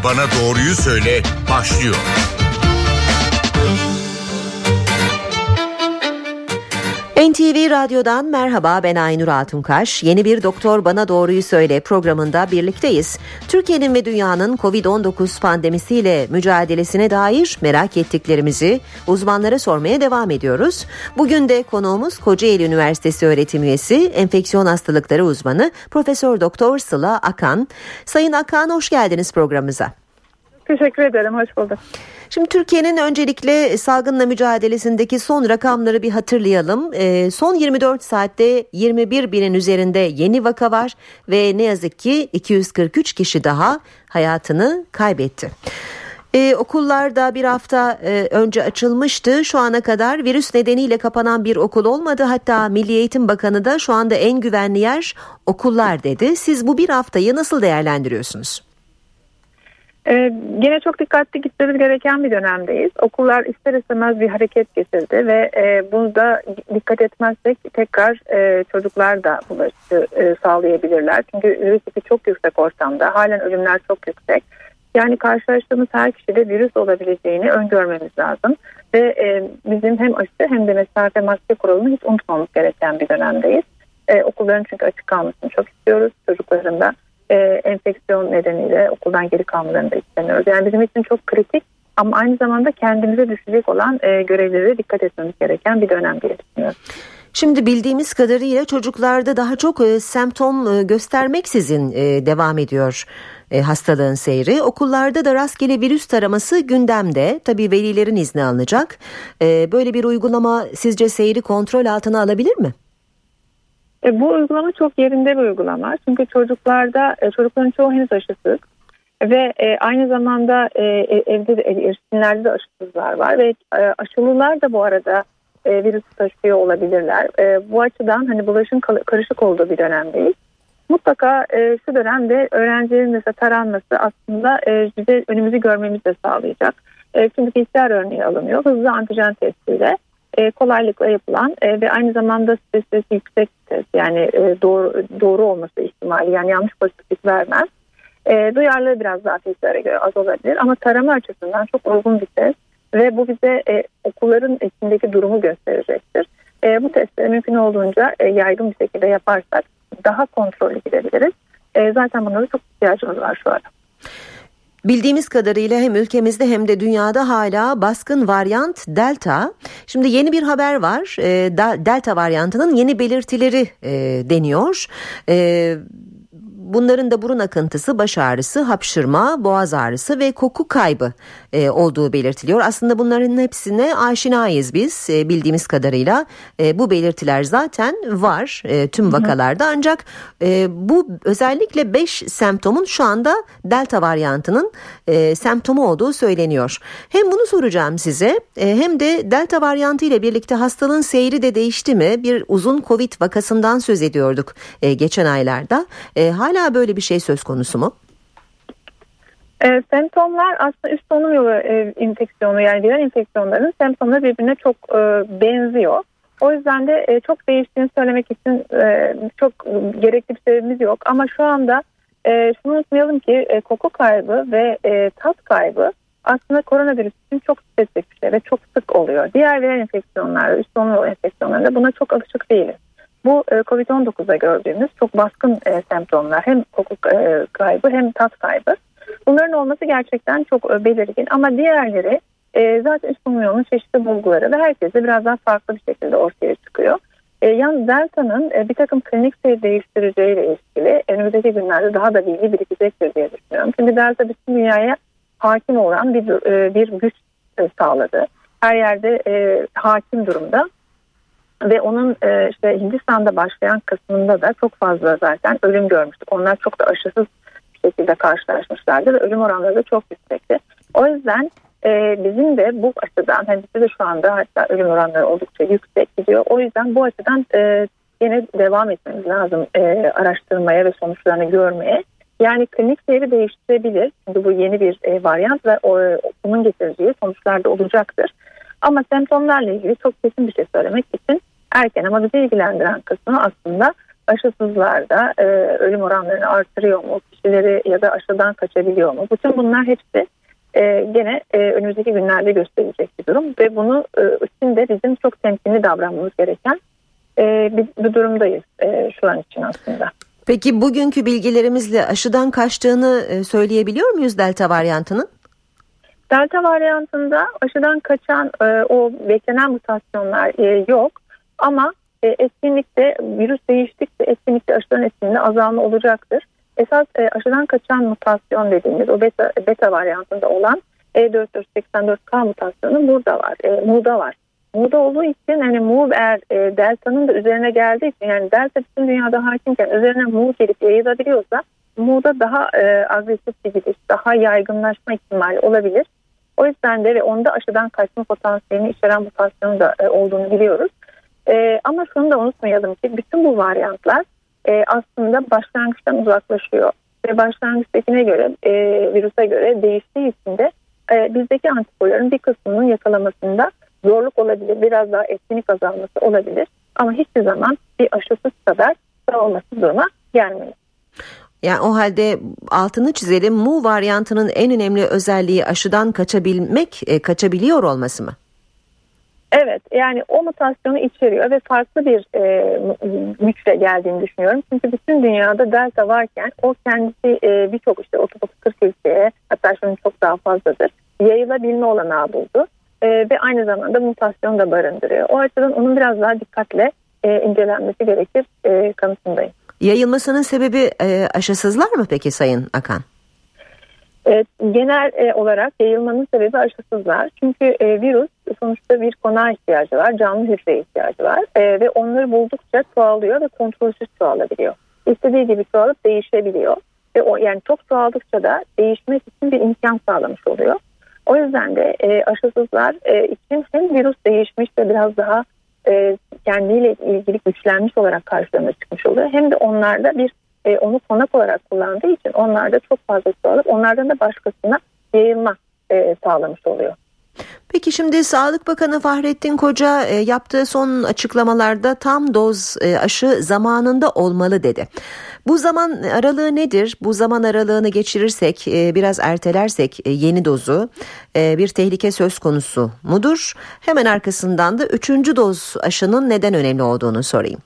Bana Doğruyu Söyle başlıyor. NTV Radyo'dan merhaba, ben Aynur Altunkaş. Yeni bir Doktor Bana Doğruyu Söyle programında birlikteyiz. Türkiye'nin ve dünyanın Covid-19 pandemisiyle mücadelesine dair merak ettiklerimizi uzmanlara sormaya devam ediyoruz. Bugün de konuğumuz Kocaeli Üniversitesi öğretim üyesi, enfeksiyon hastalıkları uzmanı Profesör Doktor Sıla Akan. Sayın Akan, hoş geldiniz programımıza. Teşekkür ederim, hoş bulduk. Şimdi Türkiye'nin öncelikle salgınla mücadelesindeki son rakamları bir hatırlayalım. Son 24 saatte 21 binin üzerinde yeni vaka var ve ne yazık ki 243 kişi daha hayatını kaybetti. Okullar da bir hafta önce açılmıştı. Şu ana kadar virüs nedeniyle kapanan bir okul olmadı. Hatta Milli Eğitim Bakanı da şu anda en güvenli yer okullar dedi. Siz bu bir haftayı nasıl değerlendiriyorsunuz? Yine çok dikkatli gitmemiz gereken bir dönemdeyiz. Okullar ister istemez bir hareket geçirdi ve bunu da dikkat etmezsek tekrar çocuklar da bulaşı sağlayabilirler. Çünkü virüs tipi çok yüksek ortamda. Halen ölümler çok yüksek. Yani karşılaştığımız her kişide virüs olabileceğini öngörmemiz lazım. Ve bizim hem aşı hem de mesafe maske kuralını hiç unutmamamız gereken bir dönemdeyiz. Okulların çünkü açık kalmasını çok istiyoruz. Çocukların da enfeksiyon nedeniyle okuldan geri kalmalarını da istemiyoruz. Yani bizim için çok kritik ama aynı zamanda kendimize düşecek olan görevlere dikkat etmemiz gereken bir dönem diye düşünüyorum. Şimdi bildiğimiz kadarıyla çocuklarda daha çok semptom göstermeksizin devam ediyor hastalığın seyri. Okullarda da rastgele virüs taraması gündemde. Tabii velilerin izni alınacak. Böyle bir uygulama sizce seyri kontrol altına alabilir mi? Bu uygulama çok yerinde bir uygulama. Çünkü çocukların çoğu henüz aşısız ve aynı zamanda evde de erişimlerde de aşısızlar var ve aşılılar da bu arada virüs taşıyor olabilirler. Bu açıdan hani bulaşın karışık olduğu bir dönemdeyiz. Mutlaka şu dönemde öğrencilerin mesela taranması aslında bize önümüzü görmemizi de sağlayacak. Şimdi PCR örneği alınıyor. Hızlı antijen testiyle kolaylıkla yapılan ve aynı zamanda stresi yüksek test, yani doğru olması ihtimali, yani yanlış pozitiflik vermez. Duyarlılığı biraz daha TCR'e göre az olabilir ama tarama açısından çok uygun bir test ve bu bize okulların içindeki durumu gösterecektir. Bu testleri mümkün olduğunca yaygın bir şekilde yaparsak daha kontrollü gidebiliriz. Zaten buna da çok ihtiyacımız var şu anda. Bildiğimiz kadarıyla hem ülkemizde hem de dünyada hala baskın varyant Delta. Şimdi yeni bir haber var. Delta varyantının yeni belirtileri deniyor. Bunların da burun akıntısı, baş ağrısı, hapşırma, boğaz ağrısı ve koku kaybı olduğu belirtiliyor. Aslında bunların hepsine aşinayız biz bildiğimiz kadarıyla. Bu belirtiler zaten var tüm vakalarda, ancak bu özellikle 5 semptomun şu anda Delta varyantının semptomu olduğu söyleniyor. Hem bunu soracağım size hem de Delta varyantı ile birlikte hastalığın seyri de değişti mi? Bir uzun Covid vakasından söz ediyorduk geçen aylarda. Hala böyle bir şey söz konusu mu? Semptomlar aslında üst solunum yolu enfeksiyonu, yani viral enfeksiyonların semptomları birbirine çok benziyor. O yüzden de çok değiştiğini söylemek için çok gerekli bir sebebimiz yok. Ama şu anda şunu unutmayalım ki koku kaybı ve tat kaybı aslında koronavirüs için çok spesifik bir şey ve çok sık oluyor. Diğer viral enfeksiyonlarda, üst solunum yolu enfeksiyonlarında buna çok alışık değiliz. Bu Covid-19'da gördüğümüz çok baskın semptomlar, hem koku kaybı hem tat kaybı. Bunların olması gerçekten çok belirgin ama diğerleri zaten üst solunum yolunun çeşitli bulguları ve herkese biraz daha farklı bir şekilde ortaya çıkıyor. Yalnız Delta'nın bir takım klinik seyir değiştireceğiyle ilgili önümüzdeki günlerde daha da bilgi birikecektir diye düşünüyorum. Çünkü Delta bütün dünyaya hakim olan bir güç sağladı. Her yerde hakim durumda. Ve onun işte Hindistan'da başlayan kısmında da çok fazla zaten ölüm görmüştük. Onlar çok da aşısız bir şekilde karşılaşmışlardı ve ölüm oranları da çok yüksekti. O yüzden bizim de bu açıdan, hani bizde de şu anda hatta ölüm oranları oldukça yüksek gidiyor. O yüzden bu açıdan yine devam etmemiz lazım araştırmaya ve sonuçlarını görmeye. Yani klinik seyri değiştirebilir. Çünkü bu yeni bir varyant ve onun getireceği sonuçlar da olacaktır. Ama semptomlarla ilgili çok kesin bir şey söylemek için erken, ama bizi ilgilendiren kısmı aslında aşısızlarda ölüm oranlarını artırıyor mu? Kişileri ya da aşıdan kaçabiliyor mu? Bütün bunlar hepsi gene önümüzdeki günlerde gösterilecek bir durum ve bunu için de bizim çok temkinli davranmamız gereken bir durumdayız şu an için aslında. Peki bugünkü bilgilerimizle aşıdan kaçtığını söyleyebiliyor muyuz delta varyantının? Delta varyantında aşıdan kaçan o beklenen mutasyonlar yok ama etkinlikte virüs değiştikçe etkinlikte aşıların etkinliğinde azalma olacaktır. Esas aşıdan kaçan mutasyon dediğimiz o beta varyantında olan E4484K mutasyonu burada var. Mu'da var. Mu'da olduğu için hani Mu eğer delta'nın da üzerine geldiği için yani delta bütün dünyada hakimken üzerine Mu gelip yayılabiliyorsa Mu'da daha agresif bir gidiş, daha yaygınlaşma ihtimali olabilir. O yüzden de ve onda aşıdan kaçma potansiyelini içeren mutasyonun da olduğunu biliyoruz. Ama şunu da unutmayalım ki bütün bu varyantlar aslında başlangıçtan uzaklaşıyor. Ve başlangıçtakine göre, virüse göre değiştiği için de bizdeki antikorların bir kısmının yakalamasında zorluk olabilir. Biraz daha etkinlik azalması olabilir. Ama hiçbir zaman bir aşısız kadar olması duruma gelmeyiz. Yani o halde altını çizelim, Mu varyantının en önemli özelliği aşıdan kaçabiliyor olması mı? Evet, yani o mutasyonu içeriyor ve farklı bir güçle geldiğini düşünüyorum. Çünkü bütün dünyada delta varken o kendisi birçok 30-40 ülkeye, hatta şimdi çok daha fazladır, yayılabilme olanağı buldu. Ve aynı zamanda mutasyonu da barındırıyor. O açıdan onun biraz daha dikkatle incelenmesi gerekir kanısındayım. Yayılmasının sebebi aşısızlar mı peki Sayın Akan? Genel olarak yayılmanın sebebi aşısızlar. Çünkü virüs sonuçta bir konağa ihtiyacı var, canlı hücreye ihtiyacı var ve onları buldukça çoğalıyor ve kontrolsüz çoğalabiliyor. İstediği gibi çoğalıp değişebiliyor ve yani çok çoğaldıkça da değişmek için bir imkan sağlamış oluyor. O yüzden de aşısızlar için hem virüs değişmiş ve biraz daha kendiyle ilgili güçlenmiş olarak karşılarına çıkmış oluyor. Hem de onlarda onu konak olarak kullandığı için onlarda çok fazla çoğalıp onlardan da başkasına yayılma sağlamış oluyor. Peki şimdi Sağlık Bakanı Fahrettin Koca yaptığı son açıklamalarda tam doz aşı zamanında olmalı dedi. Bu zaman aralığı nedir? Bu zaman aralığını geçirirsek, biraz ertelersek yeni dozu bir tehlike söz konusu mudur? Hemen arkasından da 3. doz aşının neden önemli olduğunu sorayım.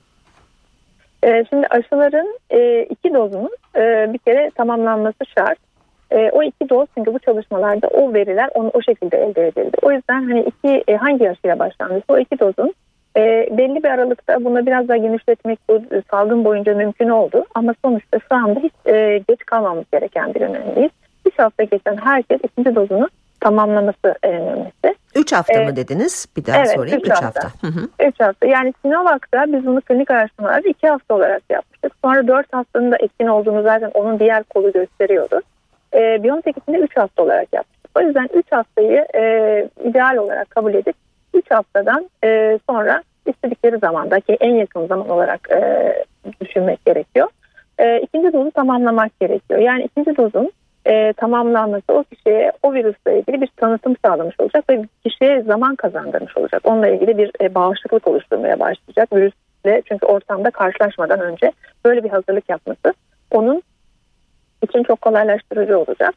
Şimdi aşıların 2 dozunun bir kere tamamlanması şart. O 2 doz çünkü bu çalışmalarda o veriler o şekilde elde edildi. O yüzden hani hangi aşıyla başlandıysa o 2 dozun belli bir aralıkta bunu biraz daha genişletmek bu salgın boyunca mümkün oldu. Ama sonuçta şu anda hiç geç kalmamız gereken bir önemliyiz. 3 hafta geçen herkes 2. dozunu tamamlaması en önemlisi. 3 hafta mı dediniz? Bir daha sorayım. 3 hafta. 3 hafta. Yani Sinovac'ta biz bunu klinik araştırmalarda 2 hafta olarak yapmıştık. Sonra 4 haftanın da etkin olduğunu zaten onun diğer kolu gösteriyordu. BioNTech için de 3 hafta olarak yapmıştık. O yüzden 3 haftayı ideal olarak kabul edip 3 haftadan sonra istedikleri zamandaki en yakın zaman olarak düşünmek gerekiyor. 2. dozu tamamlamak gerekiyor. Yani 2. dozun tamamlanması o kişiye o virüsle ilgili bir tanıtım sağlamış olacak ve kişiye zaman kazandırmış olacak. Onunla ilgili bir bağışıklık oluşturmaya başlayacak virüsle, çünkü ortamda karşılaşmadan önce böyle bir hazırlık yapması onun için çok kolaylaştırıcı olacak.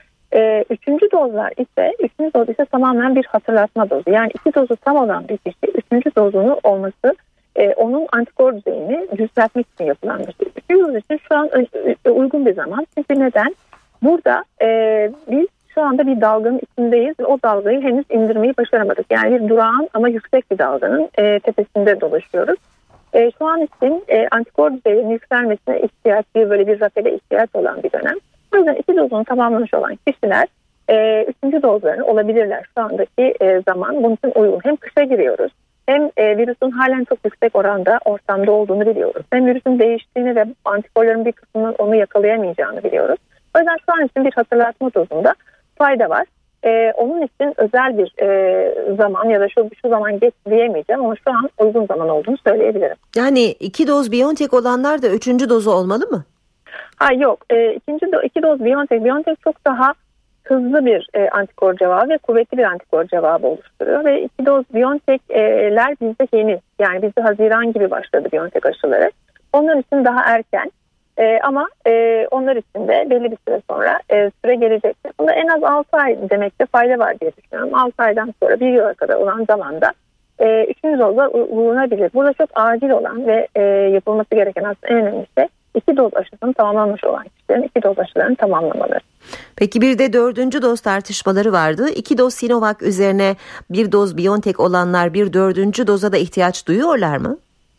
3. dozlar ise 3. doz ise tamamen bir hatırlatma dozu. Yani 2 dozu tam olan bir kişi 3. dozunu olması onun antikor düzeyini düzeltmek için yapılan bir şey. 3. doz için şu an uygun bir zaman. Çünkü neden? Burada biz şu anda bir dalganın içindeyiz ve o dalgayı henüz indirmeyi başaramadık. Yani bir durağan ama yüksek bir dalganın tepesinde dolaşıyoruz. Şu an için antikor düzeyinin yükselmesine ihtiyaç, böyle bir rapele ihtiyaç olan bir dönem. O yüzden 2 dozunu tamamlamış olan kişiler 3. dozlarını olabilirler. Şu andaki zaman bunun için uygun. Hem kışa giriyoruz, hem virüsün halen çok yüksek oranda ortamda olduğunu biliyoruz. Hem virüsün değiştiğini ve antikorların bir kısmının onu yakalayamayacağını biliyoruz. O yüzden şu an için bir hatırlatma dozunda fayda var. Onun için özel bir zaman ya da şu zaman geç diyemeyeceğim ama şu an uygun zaman olduğunu söyleyebilirim. Yani 2 doz BioNTech olanlar da 3. dozu olmalı mı? Yok. 2 doz BioNTech çok daha hızlı bir antikor cevabı ve kuvvetli bir antikor cevabı oluşturuyor. Ve 2 doz BioNTech'ler bizde yeni. Yani bizde Haziran gibi başladı BioNTech aşıları. Onlar için daha erken. Ama onlar için de belli bir süre sonra süre gelecektir. Bunda en az 6 ay demekte fayda var diye düşünüyorum. 6 aydan sonra 1 yıla kadar olan zamanda 3. doza uygulanabilir. Burada çok acil olan ve yapılması gereken aslında en önemli şey 2 doz aşısının tamamlanmış olan kişilerin 2 doz aşılarını tamamlamaları. Peki bir de 4. doz tartışmaları vardı. 2 doz Sinovac üzerine 1 doz BioNTech olanlar bir 4. doza da ihtiyaç duyuyorlar mı?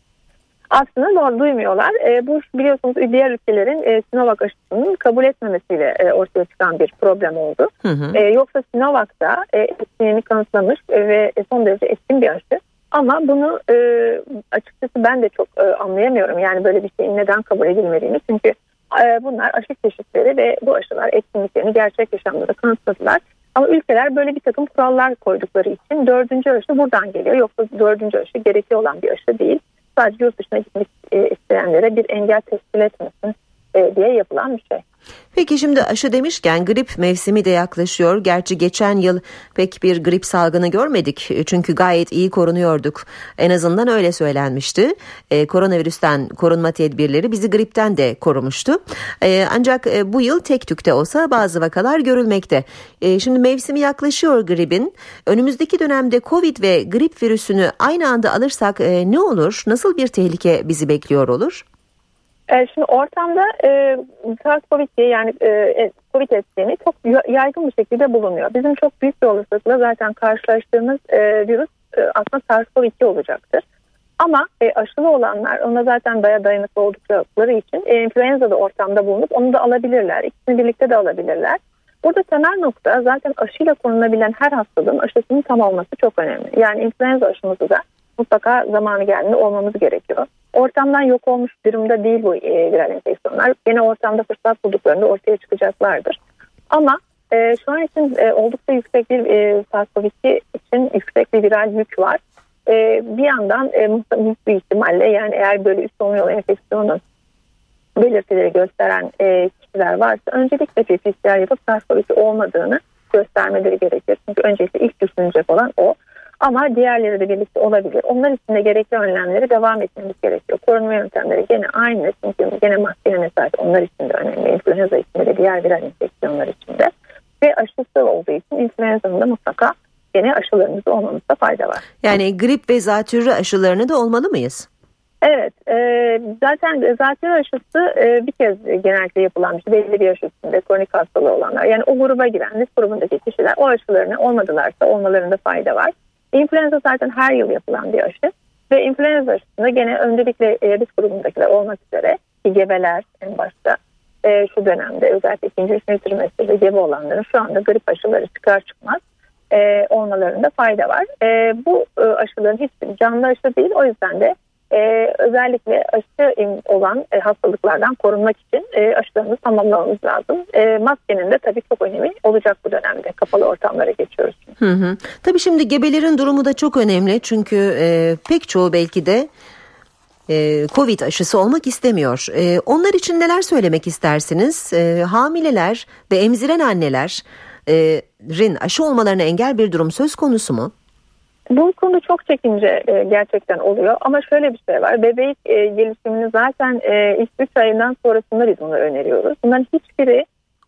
Aslında doğru duymuyorlar. Bu biliyorsunuz diğer ülkelerin Sinovac aşısının kabul etmemesiyle ortaya çıkan bir problem oldu. Yoksa Sinovac da etkinliğini kanıtlamış ve son derece etkin bir aşı. Ama bunu açıkçası ben de çok anlayamıyorum. Yani böyle bir şeyin neden kabul edilmediğini. Çünkü bunlar aşı çeşitleri ve bu aşılar etkinliklerini gerçek yaşamda da kanıtladılar. Ama ülkeler böyle bir takım kurallar koydukları için 4. aşı buradan geliyor. Yoksa 4. aşı gerekli olan bir aşı değil. Sadece yurt dışına gitmek isteyenlere bir engel teşkil etmesin diye yapılan bir şey. Peki şimdi aşı demişken grip mevsimi de yaklaşıyor. Gerçi geçen yıl pek bir grip salgını görmedik. Çünkü gayet iyi korunuyorduk. En azından öyle söylenmişti. Koronavirüsten korunma tedbirleri bizi gripten de korumuştu. Ancak bu yıl tek tük de olsa bazı vakalar görülmekte. Şimdi mevsimi yaklaşıyor gripin. Önümüzdeki dönemde Covid ve grip virüsünü aynı anda alırsak ne olur? Nasıl bir tehlike bizi bekliyor olur? Şimdi ortamda SARS-CoV-2 yani COVID etkilerini çok yaygın bir şekilde bulunuyor. Bizim çok büyük bir olasılıkla zaten karşılaştığımız virüs aslında SARS-CoV-2 olacaktır. Ama aşılı olanlar ona zaten dayanıklı oldukları için influenza da ortamda bulunup onu da alabilirler. İkisini birlikte de alabilirler. Burada temel nokta zaten aşıyla korunabilen her hastalığın aşısının tam olması çok önemli. Yani influenza aşımızı da mutlaka zamanı geldiğinde olmamız gerekiyor. Ortamdan yok olmuş durumda değil bu viral enfeksiyonlar. Yine ortamda fırsat bulduklarında ortaya çıkacaklardır. Ama şu an için oldukça yüksek bir SARS-CoV-2 için yüksek bir viral yük var. Bir yandan büyük bir ihtimalle yani eğer böyle üst solunum yolu enfeksiyonu belirtileri gösteren kişiler varsa öncelikle bir PCR yapıp SARS-CoV-2 olmadığını göstermeleri gerekir. Çünkü öncelikle ilk düşünecek olan o. Ama diğerleri de birlikte olabilir. Onlar için de gerekli önlemleri devam etmemiz gerekiyor. Korunma yöntemleri gene aynı. Çünkü gene maske mesafe onlar için de önemli. İnfluenza için de diğer viral enfeksiyonlar için de. Ve aşısı olduğu için influenza'nın da mutlaka gene aşılarımızda olmamızda fayda var. Yani grip ve zatürre aşılarını da olmalı mıyız? Evet. Zaten zatürre aşısı bir kez genellikle yapılan bir şey. Belli bir yaş üstünde kronik hastalığı olanlar. Yani o gruba giren risk grubundaki kişiler o aşılarını olmadılarsa olmalarında fayda var. İnfluenza zaten her yıl yapılan bir aşı ve influenza aşısında gene öncelikle risk grubundakiler olmak üzere ki gebeler en başta şu dönemde özellikle 2. 3. trimesterde gebe olanların şu anda grip aşıları çıkar çıkmaz olmalarında fayda var. Bu aşıların hiçbiri canlı aşı değil, o yüzden de özellikle aşı olan hastalıklardan korunmak için aşılarımızı tamamlamamız lazım. Maskenin de tabii çok önemi olacak bu dönemde. Kapalı ortamlara geçiyoruz. Tabii şimdi gebelerin durumu da çok önemli. Çünkü pek çoğu belki de Covid aşısı olmak istemiyor. Onlar için neler söylemek istersiniz? Hamileler ve emziren annelerin aşı olmalarına engel bir durum söz konusu mu? Bu konuda çok çekince gerçekten oluyor ama şöyle bir şey var. Bebek gelişimini zaten ilk 3 ayından sonrasında biz bunu öneriyoruz. Bunların hiçbiri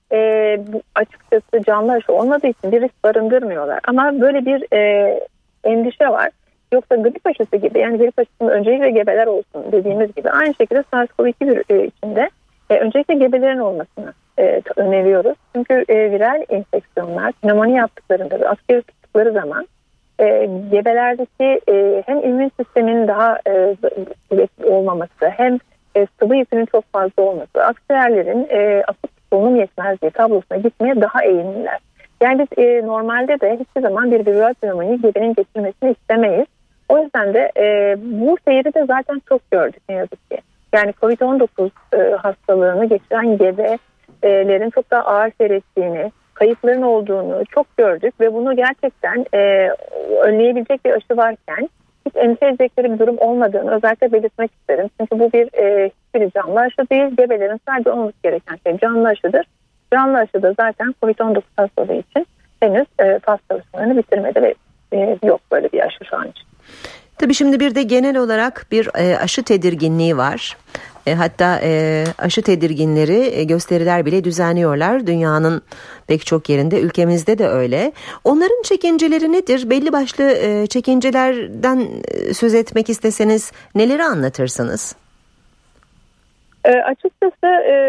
açıkçası canlı aşı olmadığı için bir risk barındırmıyorlar. Ama böyle bir endişe var. Yoksa grip aşısı gibi yani grip aşısının öncelikle gebeler olsun dediğimiz gibi aynı şekilde SARS-CoV-2 içinde öncelikle gebelerin olmasını öneriyoruz. Çünkü viral enfeksiyonlar pnömoni yaptıklarında ve askeri tuttukları zaman gebelerdeki hem immün sistemin daha kuvvetli olmaması hem sıvı yükünün çok fazla olması akciğerlerin akut solunum yetmezliği tablosuna gitmeye daha eğilimliler. Yani biz normalde de hiçbir zaman bir viral pnömoniyi gebenin geçirmesini istemeyiz. O yüzden de bu seyri de zaten çok gördük ne yazık ki. Yani COVID-19 hastalığını geçiren gebelerin çok daha ağır seyrettiğini, kayıpların olduğunu çok gördük ve bunu gerçekten önleyebilecek bir aşı varken hiç endişe edecekleri bir durum olmadığını özellikle belirtmek isterim. Çünkü bu hiçbir canlı aşı değil. Gebelerin sadece olması gereken şey canlı aşıdır. Canlı aşı da zaten COVID-19 hastalığı için henüz faz çalışmalarını bitirmedi ve yok böyle bir aşı şu an için. Tabii şimdi bir de genel olarak bir aşı tedirginliği var. Hatta aşı tedirginleri gösteriler bile düzenliyorlar. Dünyanın pek çok yerinde, ülkemizde de öyle. Onların çekinceleri nedir? Belli başlı çekincelerden söz etmek isteseniz neleri anlatırsınız? Açıkçası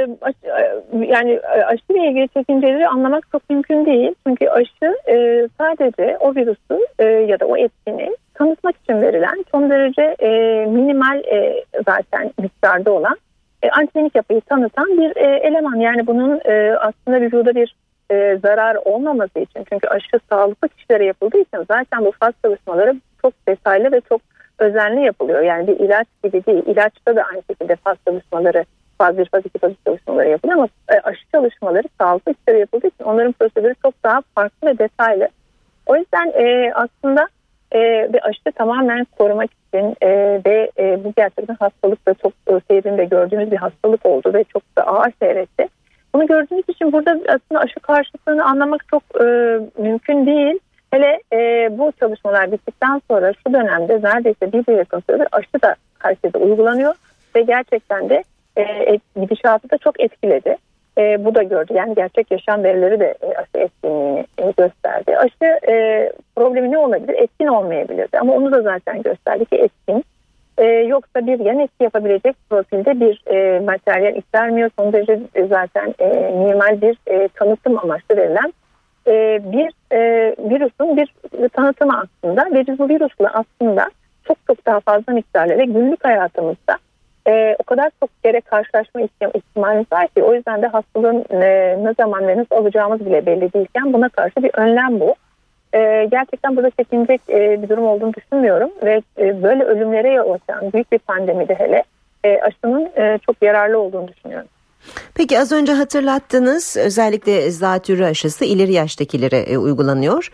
yani aşıyla ilgili çekinceleri anlamak çok mümkün değil. Çünkü aşı sadece o virüsü ya da o etkini tanıtmak için verilen son derece minimal zaten miktarda olan antijenik yapıyı tanıtan bir eleman. Yani bunun aslında vücuda bir zarar olmaması için, çünkü aşı sağlıklı kişilere yapıldığı için zaten bu faz çalışmaları çok detaylı ve çok özenli yapılıyor. Yani bir ilaç gibi değil. İlaçta da aynı şekilde faz çalışmaları, faz 1, faz 2, faz 3 çalışmaları yapılıyor ama aşı çalışmaları sağlıklı kişilere yapıldığı için onların prosedürü çok daha farklı ve detaylı. O yüzden aslında bir aşı tamamen korumak için ve bu gerçekten hastalık da çok seyrinde gördüğümüz bir hastalık oldu ve çok da ağır seyretti. Bunu gördüğümüz için burada aslında aşı karşıtlığını anlamak çok mümkün değil. Hele bu çalışmalar bittikten sonra şu dönemde neredeyse bir yakın süredir aşı da herkese uygulanıyor ve gerçekten de gidişatı da çok etkiledi. Bu da gördü. Yani gerçek yaşam verileri de aşı etkinliğini gösterdi. Aşı problemi ne olabilir? Etkin olmayabilirdi. Ama onu da zaten gösterdi ki etkin. Yoksa bir yan etki yapabilecek profilde bir materyal içermiyor. Son derece zaten minimal bir tanıtım amaçlı verilen bir virüsün bir tanıtımı aslında. Ve biz bu virüsle aslında çok daha fazla miktarla ve günlük hayatımızda o kadar çok kere karşılaşma ihtimalimiz var ki, o yüzden de hastalığın ne zaman ve nasıl alacağımız bile belli değilken buna karşı bir önlem bu. Gerçekten burada çekinecek bir durum olduğunu düşünmüyorum ve böyle ölümlere yol açan büyük bir pandemide hele aşının çok yararlı olduğunu düşünüyorum. Peki az önce hatırlattınız, özellikle zatürre aşısı ileri yaştakilere uygulanıyor.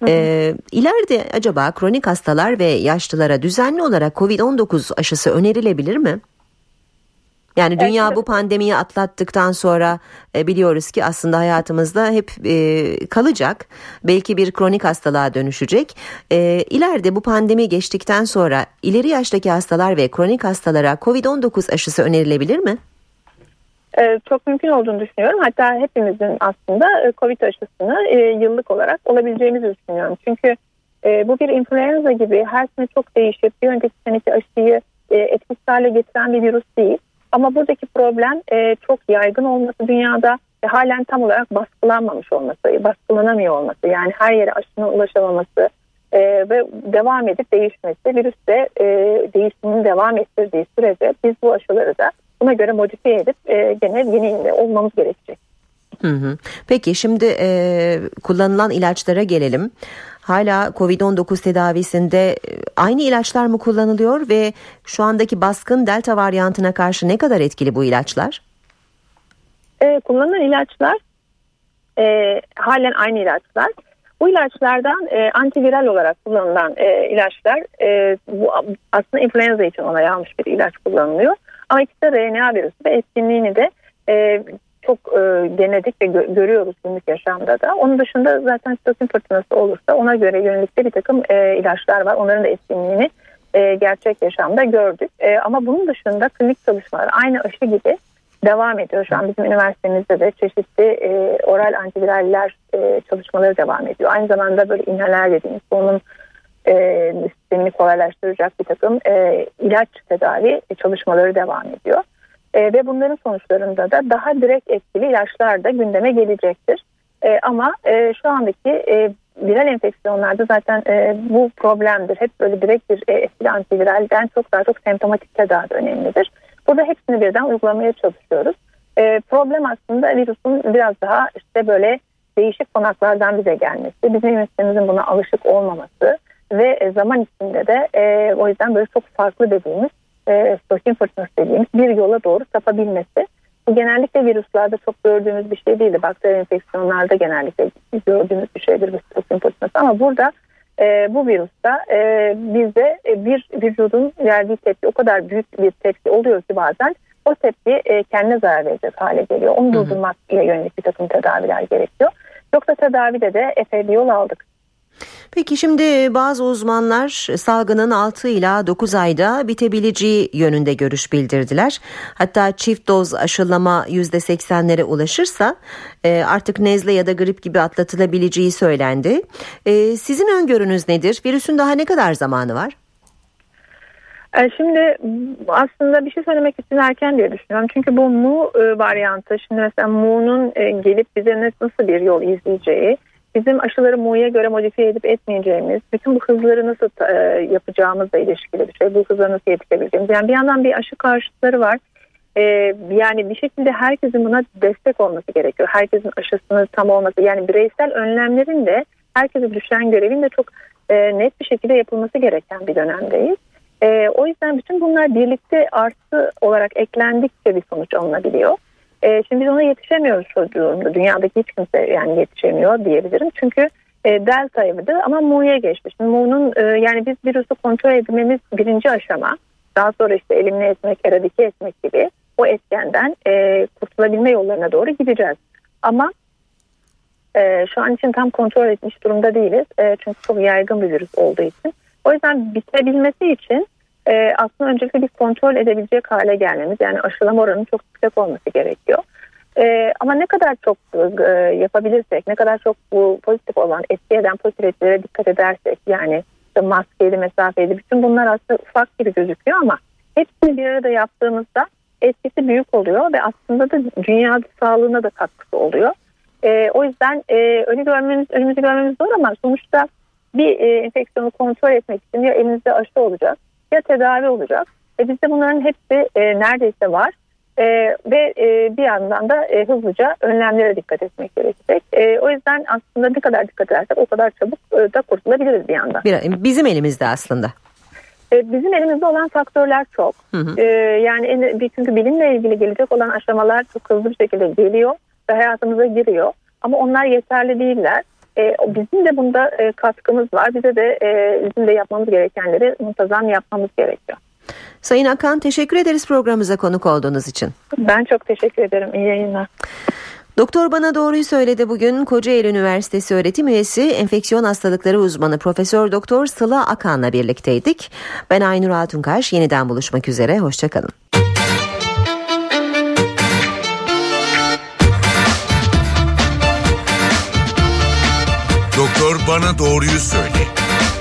İleride acaba kronik hastalar ve yaşlılara düzenli olarak COVID-19 aşısı önerilebilir mi? Yani dünya bu pandemiyi atlattıktan sonra biliyoruz ki aslında hayatımızda hep kalacak. Belki bir kronik hastalığa dönüşecek. İleride bu pandemi geçtikten sonra ileri yaştaki hastalar ve kronik hastalara COVID-19 aşısı önerilebilir mi? Çok mümkün olduğunu düşünüyorum. Hatta hepimizin aslında COVID aşısını yıllık olarak olabileceğimizi düşünüyorum. Çünkü bu bir influenza gibi her sene çok değişip bir önceki seneki aşıyı etkisiz hale getiren bir virüs değil. Ama buradaki problem çok yaygın olması dünyada ve halen tam olarak baskılanmamış olması, baskılanamıyor olması. Yani her yere aşının ulaşamaması ve devam edip değişmesi. Virüs de değişimini devam ettirdiği sürece biz bu aşıları da buna göre modifiye edip gene yeni olmamız gerekecek. Peki şimdi kullanılan ilaçlara gelelim. Hala COVID-19 tedavisinde aynı ilaçlar mı kullanılıyor ve şu andaki baskın delta varyantına karşı ne kadar etkili bu ilaçlar? Kullanılan ilaçlar halen aynı ilaçlar. Bu ilaçlardan antiviral olarak kullanılan ilaçlar bu aslında influenza için onay almış bir ilaç kullanılıyor. Ama ikisi de RNA virüsü ve etkinliğini de çok denedik ve görüyoruz günlük yaşamda da. Onun dışında zaten sitokin fırtınası olursa ona göre yönelik de bir takım ilaçlar var. Onların da etkinliğini gerçek yaşamda gördük. Ama bunun dışında klinik çalışmalar aynı aşı gibi devam ediyor. Şu an bizim üniversitemizde de çeşitli oral antiviraller çalışmaları devam ediyor. Aynı zamanda böyle inhaler dediğimiz onun sistemini kolaylaştıracak bir takım ilaç tedavi çalışmaları devam ediyor. Ve bunların sonuçlarında da daha direkt etkili ilaçlar da gündeme gelecektir. Ama şu andaki viral enfeksiyonlarda zaten bu problemdir. Hep böyle direkt bir etkili antiviralden daha çok semptomatik tedavi önemlidir. Burada hepsini birden uygulamaya çalışıyoruz. Problem aslında virüsün biraz daha işte böyle değişik konaklardan bize gelmesi, bizim immün sistemimizin buna alışık olmaması ve zaman içinde de o yüzden böyle çok farklı dediğimiz sitokin fırtınası dediğimiz bir yola doğru sapabilmesi. Bu genellikle virüslerde çok gördüğümüz bir şey değildi. Bakteri enfeksiyonlarda genellikle gördüğümüz bir şeydir bu sitokin fırtınası. Ama burada bu virüste bizde bir vücudun verdiği tepki o kadar büyük bir tepki oluyor ki bazen o tepki kendine zarar verecek hale geliyor. Onu durdurmak ile yönelik bir takım tedaviler gerekiyor. Yoksa tedavide de epey bir yol aldık. Peki şimdi bazı uzmanlar salgının 6 ila 9 ayda bitebileceği yönünde görüş bildirdiler. Hatta çift doz aşılama %80'lere ulaşırsa artık nezle ya da grip gibi atlatılabileceği söylendi. Sizin öngörünüz nedir? Virüsün daha ne kadar zamanı var? Şimdi aslında bir şey söylemek için erken diye düşünüyorum. Çünkü bu Mu varyantı, şimdi mesela Mu'nun gelip bize nasıl bir yol izleyeceği, bizim aşıları Mu'ya göre modifiye edip etmeyeceğimiz, bütün bu hızları nasıl yapacağımızla ilişkili bir şey. Bu hızlara nasıl yetişebileceğimiz. Yani bir yandan bir aşı karşıtları var. Yani bir şekilde herkesin buna destek olması gerekiyor. Herkesin aşısının tam olması, yani bireysel önlemlerin de herkese düşen görevin de çok net bir şekilde yapılması gereken bir dönemdeyiz. O yüzden bütün bunlar birlikte artı olarak eklendikçe bir sonuç alınabiliyor. Şimdi biz ona yetişemiyoruz şu durumda. Dünyadaki hiç kimse yani yetişemiyor diyebilirim. Çünkü Delta'ydı ama Mu'ya geçti. Şimdi Mu'nun yani biz virüsü kontrol etmemiz birinci aşama. Daha sonra işte elimine etmek, eradike etmek gibi o etkenden kurtulabilme yollarına doğru gideceğiz. Ama şu an için tam kontrol etmiş durumda değiliz. Çünkü çok yaygın bir virüs olduğu için. O yüzden bitebilmesi için aslında öncelikle bir kontrol edebilecek hale gelmemiz, yani aşılama oranının çok yüksek olması gerekiyor. Ama ne kadar çok yapabilirsek, ne kadar çok bu pozitif olan, etki eden pozitif etkilere dikkat edersek, yani işte maskeli, mesafeli, bütün bunlar aslında ufak gibi gözüküyor ama hepsini bir arada yaptığımızda etkisi büyük oluyor ve aslında da dünya sağlığına da katkısı oluyor. O yüzden önümüzü görmemiz zor ama sonuçta bir enfeksiyonu kontrol etmek için ya elimizde aşı olacak ya tedavi olacak. Bizde bunların hepsi neredeyse var. Ve bir yandan da hızlıca önlemlere dikkat etmek gerekecek. O yüzden aslında ne kadar dikkat edersek o kadar çabuk da kurtulabiliriz bir yandan. Bizim elimizde aslında. Bizim elimizde olan faktörler çok. Yani çünkü bilimle ilgili gelecek olan aşamalar çok hızlı bir şekilde geliyor ve hayatımıza giriyor. Ama onlar yeterli değiller. Bizim de bunda katkımız var. Bizim de yapmamız gerekenleri muntazam yapmamız gerekiyor. Sayın Akan, teşekkür ederiz programımıza konuk olduğunuz için. Ben çok teşekkür ederim. İyi yayınlar. Doktor Bana Doğruyu Söyledi bugün Kocaeli Üniversitesi öğretim üyesi enfeksiyon hastalıkları uzmanı Profesör Doktor Sıla Akan'la birlikteydik. Ben Aynur Altunkaş. Yeniden buluşmak üzere. Hoşçakalın. Doktor Bana Doğruyu Söyle.